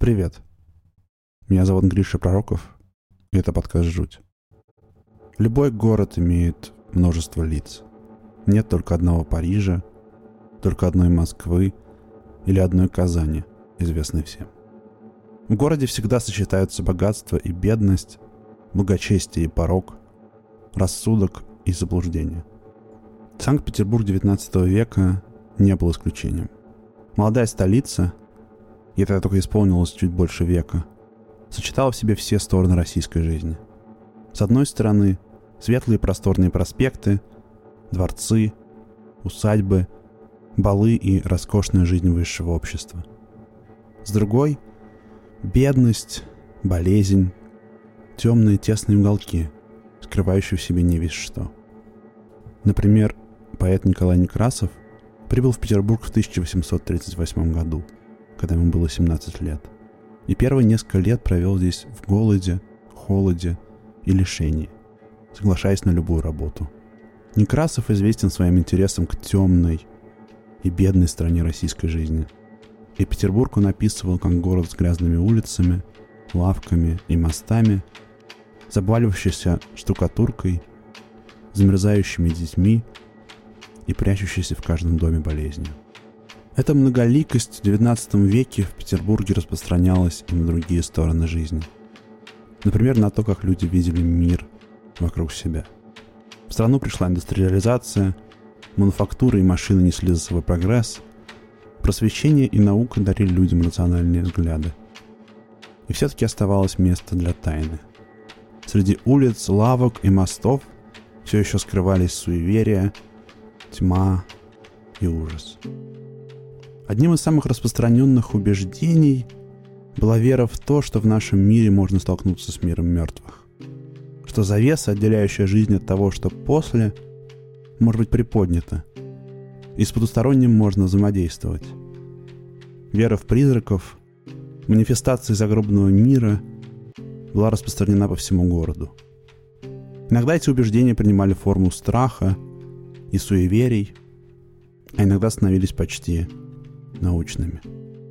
Привет. Меня зовут Гриша Пророков, и это подкаст «Жуть». Любой город имеет множество лиц. Нет только одного Парижа, только одной Москвы или одной Казани, известной всем. В городе всегда сочетаются богатство и бедность, благочестие и порок, рассудок и заблуждение. Санкт-Петербург XIX века не был исключением. Молодая столица, ей тогда только исполнилось чуть больше века, сочетала в себе все стороны российской жизни. С одной стороны, светлые просторные проспекты, дворцы, усадьбы, балы и роскошная жизнь высшего общества. С другой — бедность, болезнь, темные тесные уголки, скрывающие в себе не весь что. Например, поэт Николай Некрасов прибыл в Петербург в 1838 году, когда ему было 17 лет, и первые несколько лет провел здесь в голоде, холоде и лишении, соглашаясь на любую работу. Некрасов известен своим интересом к темной и бедной стороне российской жизни, и Петербург он описывал как город с грязными улицами, лавками и мостами, забаливающийся штукатуркой, замерзающими детьми и прячущейся в каждом доме болезнью. Эта многоликость в XIX веке в Петербурге распространялась и на другие стороны жизни. Например, на то, как люди видели мир вокруг себя. В страну пришла индустриализация, мануфактуры и машины несли за собой прогресс, просвещение и наука дарили людям рациональные взгляды. И все-таки оставалось место для тайны. Среди улиц, лавок и мостов все еще скрывались суеверия, тьма и ужас. Одним из самых распространенных убеждений была вера в то, что в нашем мире можно столкнуться с миром мертвых. Что завеса, отделяющая жизнь от того, что после, может быть приподнята, и с потусторонним можно взаимодействовать. Вера в призраков, манифестации загробного мира была распространена по всему городу. Иногда эти убеждения принимали форму страха и суеверий, а иногда становились почти научными.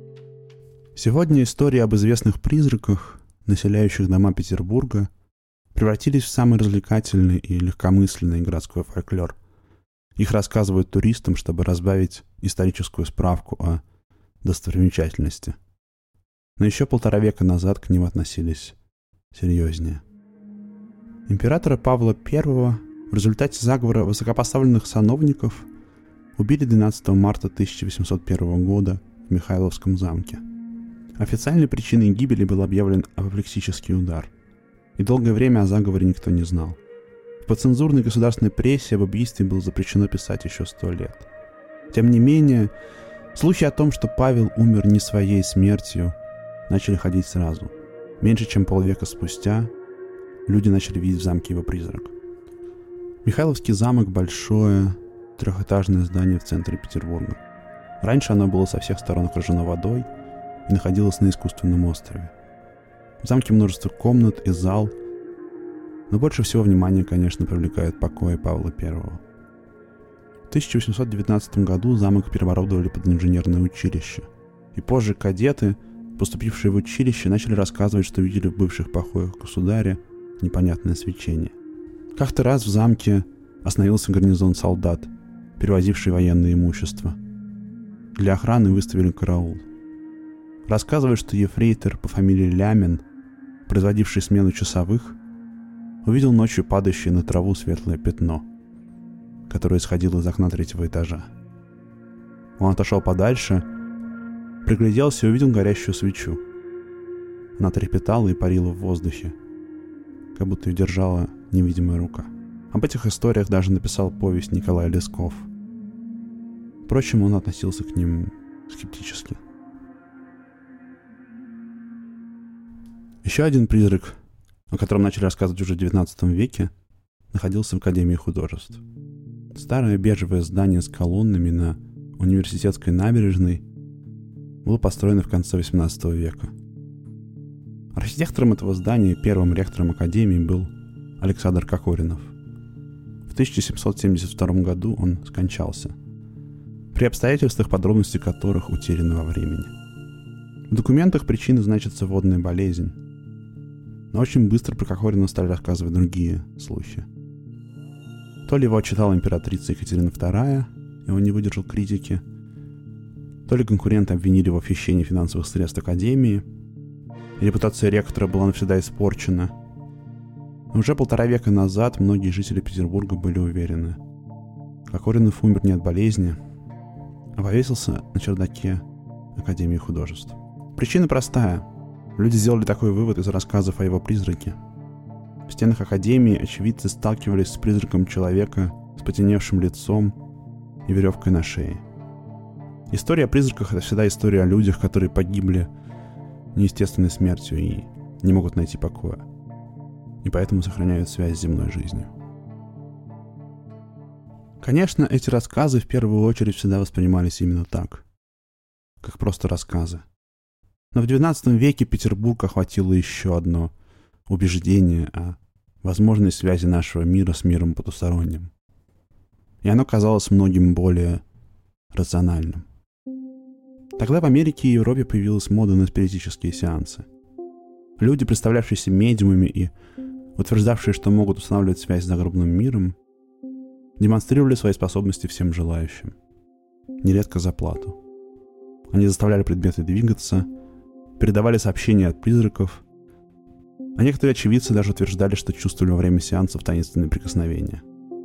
Сегодня истории об известных призраках, населяющих дома Петербурга, превратились в самый развлекательный и легкомысленный городской фольклор. Их рассказывают туристам, чтобы разбавить историческую справку о достопримечательности. Но еще 1,5 века назад к ним относились серьезнее. Императора Павла I в результате заговора высокопоставленных сановников убили 12 марта 1801 года в Михайловском замке. Официальной причиной гибели был объявлен апоплексический удар, и долгое время о заговоре никто не знал. В подцензурной государственной прессе об убийстве было запрещено писать еще 100 лет. Тем не менее, слухи о том, что Павел умер не своей смертью, начали ходить сразу. Меньше чем полвека спустя люди начали видеть в замке его призрак. Михайловский замок — большое трехэтажное здание в центре Петербурга. Раньше оно было со всех сторон окружено водой и находилось на искусственном острове. В замке множество комнат и зал, но больше всего внимания, конечно, привлекают покои Павла I. В 1819 году замок переоборудовали под инженерное училище, и позже кадеты, поступившие в училище, начали рассказывать, что видели в бывших покоях государя непонятное свечение. Как-то раз в замке остановился гарнизон солдат, перевозивший военное имущество. Для охраны выставили караул. Рассказывают, что ефрейтор по фамилии Лямин, производивший смену часовых, увидел ночью падающее на траву светлое пятно, которое исходило из окна 3-го этажа. Он отошел подальше, пригляделся и увидел горящую свечу. Она трепетала и парила в воздухе, как будто ее держала невидимая рука. Об этих историях даже написал повесть Николай Лесков. Впрочем, он относился к ним скептически. Еще один призрак, о котором начали рассказывать уже в XIX веке, находился в Академии художеств. Старое бежевое здание с колоннами на Университетской набережной было построено в конце XVIII века. Архитектором этого здания и первым ректором Академии был Александр Кокоринов. В 1772 году он скончался, при обстоятельствах, подробности которых утеряны во времени. В документах причиной значится водная болезнь. Но очень быстро про Кокорина стали рассказывать другие слухи. То ли его отчитала императрица Екатерина II, и он не выдержал критики, то ли конкуренты обвинили в хищении финансовых средств Академии, и репутация ректора была навсегда испорчена. Но уже 1,5 века назад многие жители Петербурга были уверены. Кокоринов умер не от болезни, а повесился на чердаке Академии художеств. Причина простая. Люди сделали такой вывод из рассказов о его призраке. В стенах Академии очевидцы сталкивались с призраком человека с потемневшим лицом и веревкой на шее. История о призраках — это всегда история о людях, которые погибли неестественной смертью и не могут найти покоя. И поэтому сохраняют связь с земной жизнью. Конечно, эти рассказы в первую очередь всегда воспринимались именно так, как просто рассказы. Но в XIX веке Петербург охватило еще одно убеждение о возможной связи нашего мира с миром потусторонним. И оно казалось многим более рациональным. Тогда в Америке и Европе появилась мода на спиритические сеансы. Люди, представлявшиеся медиумами и утверждавшие, что могут устанавливать связь с загробным миром, демонстрировали свои способности всем желающим, нередко за плату. Они заставляли предметы двигаться, передавали сообщения от призраков, а некоторые очевидцы даже утверждали, что чувствовали во время сеансов таинственные прикосновения.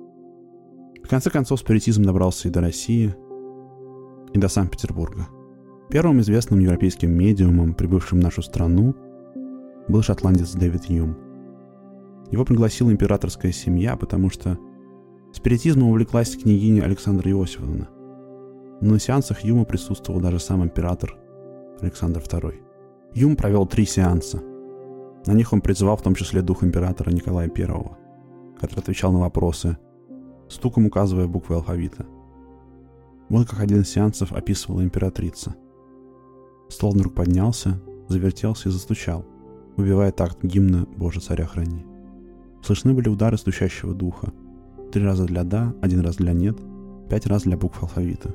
В конце концов, спиритизм добрался и до России, и до Санкт-Петербурга. Первым известным европейским медиумом, прибывшим в нашу страну, был шотландец Дэвид Юм. Его пригласила императорская семья, потому что спиритизмом увлеклась княгиня Александра Иосифовна. Но на сеансах Юма присутствовал даже сам император Александр II. Юм провел 3 сеанса. На них он призывал в том числе дух императора Николая I, который отвечал на вопросы, стуком указывая буквы алфавита. Вот как один из сеансов описывала императрица. Стол вдруг поднялся, завертелся и застучал, выбивая такт гимна «Боже, царя храни». Слышны были удары стучащего духа. 3 раза для «да», 1 раз для «нет», 5 раз для букв алфавита.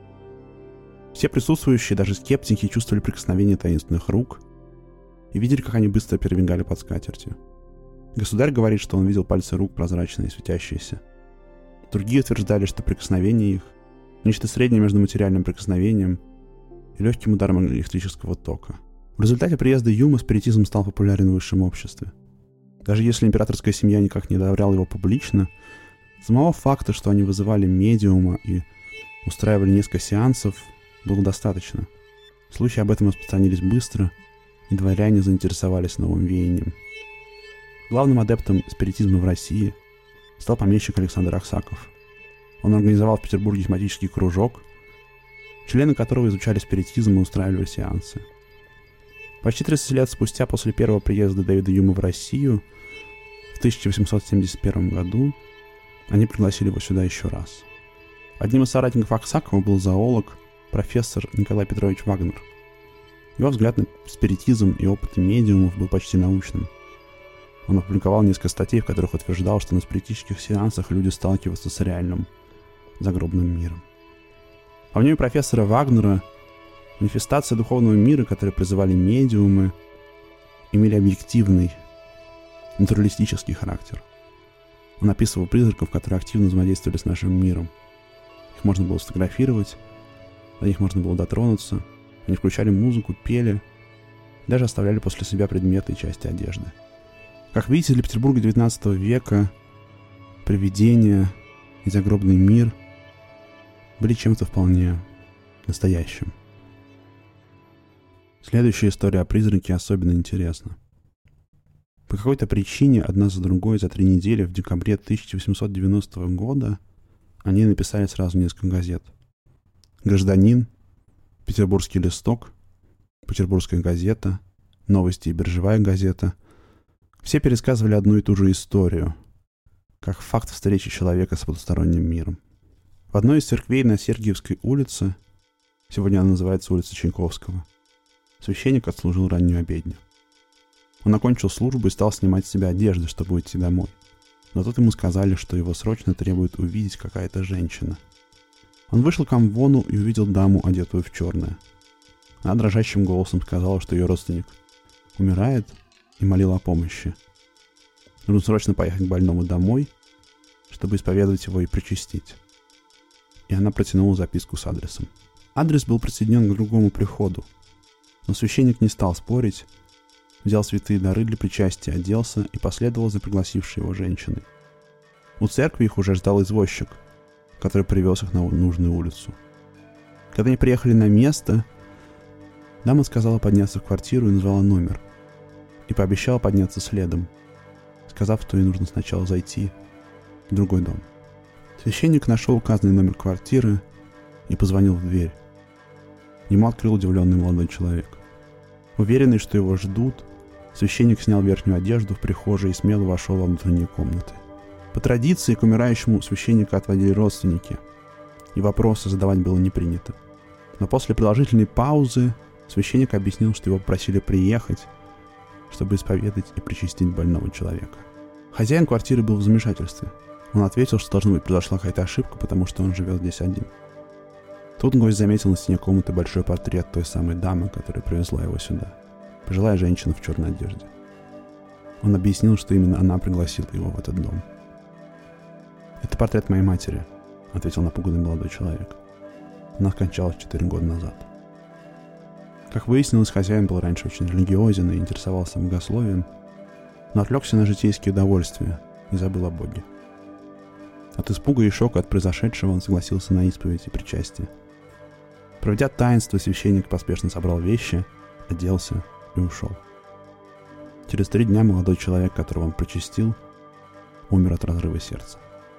Все присутствующие, даже скептики, чувствовали прикосновение таинственных рук и видели, как они быстро перебегали под скатертью. Государь говорит, что он видел пальцы рук прозрачные и светящиеся. Другие утверждали, что прикосновение их — нечто среднее между материальным прикосновением и легким ударом электрического тока. В результате приезда Юма спиритизм стал популярен в высшем обществе. Даже если императорская семья никак не одобряла его публично, самого факта, что они вызывали медиума и устраивали несколько сеансов, было достаточно. Слухи об этом распространились быстро, и дворяне заинтересовались новым веянием. Главным адептом спиритизма в России стал помещик Александр Аксаков. Он организовал в Петербурге тематический кружок, члены которого изучали спиритизм и устраивали сеансы. Почти 30 лет спустя после первого приезда Дэвида Юма в Россию, в 1871 году, они пригласили его сюда еще раз. Одним из соратников Аксакова был зоолог, профессор Николай Петрович Вагнер. Его взгляд на спиритизм и опыты медиумов был почти научным. Он опубликовал несколько статей, в которых утверждал, что на спиритических сеансах люди сталкиваются с реальным загробным миром. По мнению профессора Вагнера, манифестации духовного мира, которые призывали медиумы, имели объективный, натуралистический характер. Он описывал призраков, которые активно взаимодействовали с нашим миром. Их можно было сфотографировать, до них можно было дотронуться, они включали музыку, пели, даже оставляли после себя предметы и части одежды. Как видите, для Петербурга XIX века привидения и загробный мир были чем-то вполне настоящим. Следующая история о призраке особенно интересна. По какой-то причине одна за другой за 3 недели в декабре 1890 года они написали сразу несколько газет. «Гражданин», «Петербургский листок», «Петербургская газета», «Новости» и «Биржевая газета». Все пересказывали одну и ту же историю, как факт встречи человека с потусторонним миром. В одной из церквей на Сергиевской улице, сегодня она называется улица Чайковского, священник отслужил раннюю обедню. Он окончил службу и стал снимать с себя одежду, чтобы уйти домой. Но тут ему сказали, что его срочно требует увидеть какая-то женщина. Он вышел к амвону и увидел даму, одетую в черное. Она дрожащим голосом сказала, что ее родственник умирает, и молила о помощи. Нужно срочно поехать к больному домой, чтобы исповедовать его и причастить. И она протянула записку с адресом. Адрес был присоединен к другому приходу, но священник не стал спорить, взял святые дары для причастия, оделся и последовал за пригласившей его женщиной. У церкви их уже ждал извозчик, который привез их на нужную улицу. Когда они приехали на место, дама сказала подняться в квартиру и назвала номер, и пообещала подняться следом, сказав, что ей нужно сначала зайти в другой дом. Священник нашел указанный номер квартиры и позвонил в дверь. Ему открыл удивленный молодой человек. Уверенный, что его ждут, священник снял верхнюю одежду в прихожей и смело вошел во внутренние комнаты. По традиции к умирающему священника отводили родственники, и вопросы задавать было не принято. Но после продолжительной паузы священник объяснил, что его попросили приехать, чтобы исповедать и причастить больного человека. Хозяин квартиры был в замешательстве. Он ответил, что, должно быть, произошла какая-то ошибка, потому что он живет здесь один. Тут гость заметил на стене комнаты большой портрет той самой дамы, которая привезла его сюда. Пожилая женщина в черной одежде. Он объяснил, что именно она пригласила его в этот дом. «Это портрет моей матери», — ответил напуганный молодой человек. «Она скончалась 4 года назад». Как выяснилось, хозяин был раньше очень религиозен и интересовался богословием, но отвлекся на житейские удовольствия и забыл о Боге. От испуга и шока от произошедшего он согласился на исповедь и причастие. Проведя таинство, священник поспешно собрал вещи, оделся и ушел. Через 3 дня молодой человек, которого он причастил, умер от разрыва сердца.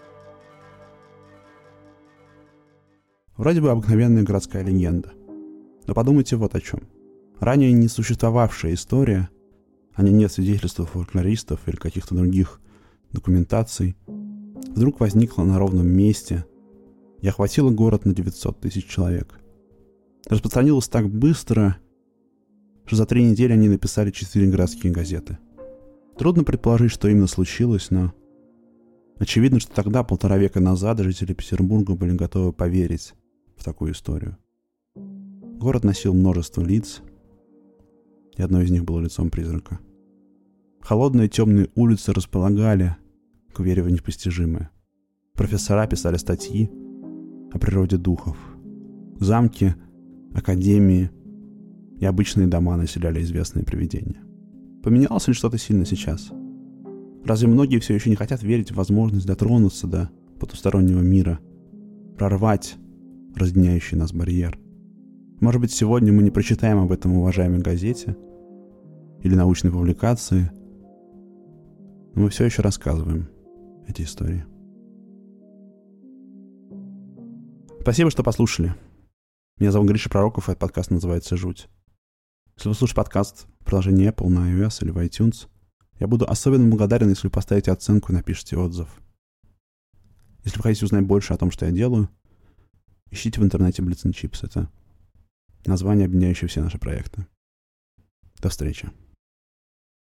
Вроде бы обыкновенная городская легенда. Но подумайте вот о чем. Ранее не существовавшая история, а не нет свидетельств фольклористов или каких-то других документаций, вдруг возникла на ровном месте и охватила город на 900 тысяч человек. Распространилась так быстро, что за 3 недели они написали 4 городские газеты. Трудно предположить, что именно случилось, но очевидно, что тогда, 1,5 века назад, жители Петербурга были готовы поверить в такую историю. Город носил множество лиц, и одно из них было лицом призрака. Холодные темные улицы располагали к вере в непостижимое. Профессора писали статьи о природе духов. Замки, академии и обычные дома населяли известные привидения. Поменялось ли что-то сильно сейчас? Разве многие все еще не хотят верить в возможность дотронуться до потустороннего мира, прорвать разъединяющий нас барьер? Может быть, сегодня мы не прочитаем об этом в уважаемой газете или научной публикации, но мы все еще рассказываем эти истории. Спасибо, что послушали. Меня зовут Гриша Пророков, и этот подкаст называется «Жуть». Если вы слушаете подкаст в приложении Apple, на iOS или в iTunes, я буду особенно благодарен, если вы поставите оценку и напишите отзыв. Если вы хотите узнать больше о том, что я делаю, ищите в интернете Blitz and Chips. Это название, объединяющее все наши проекты. До встречи.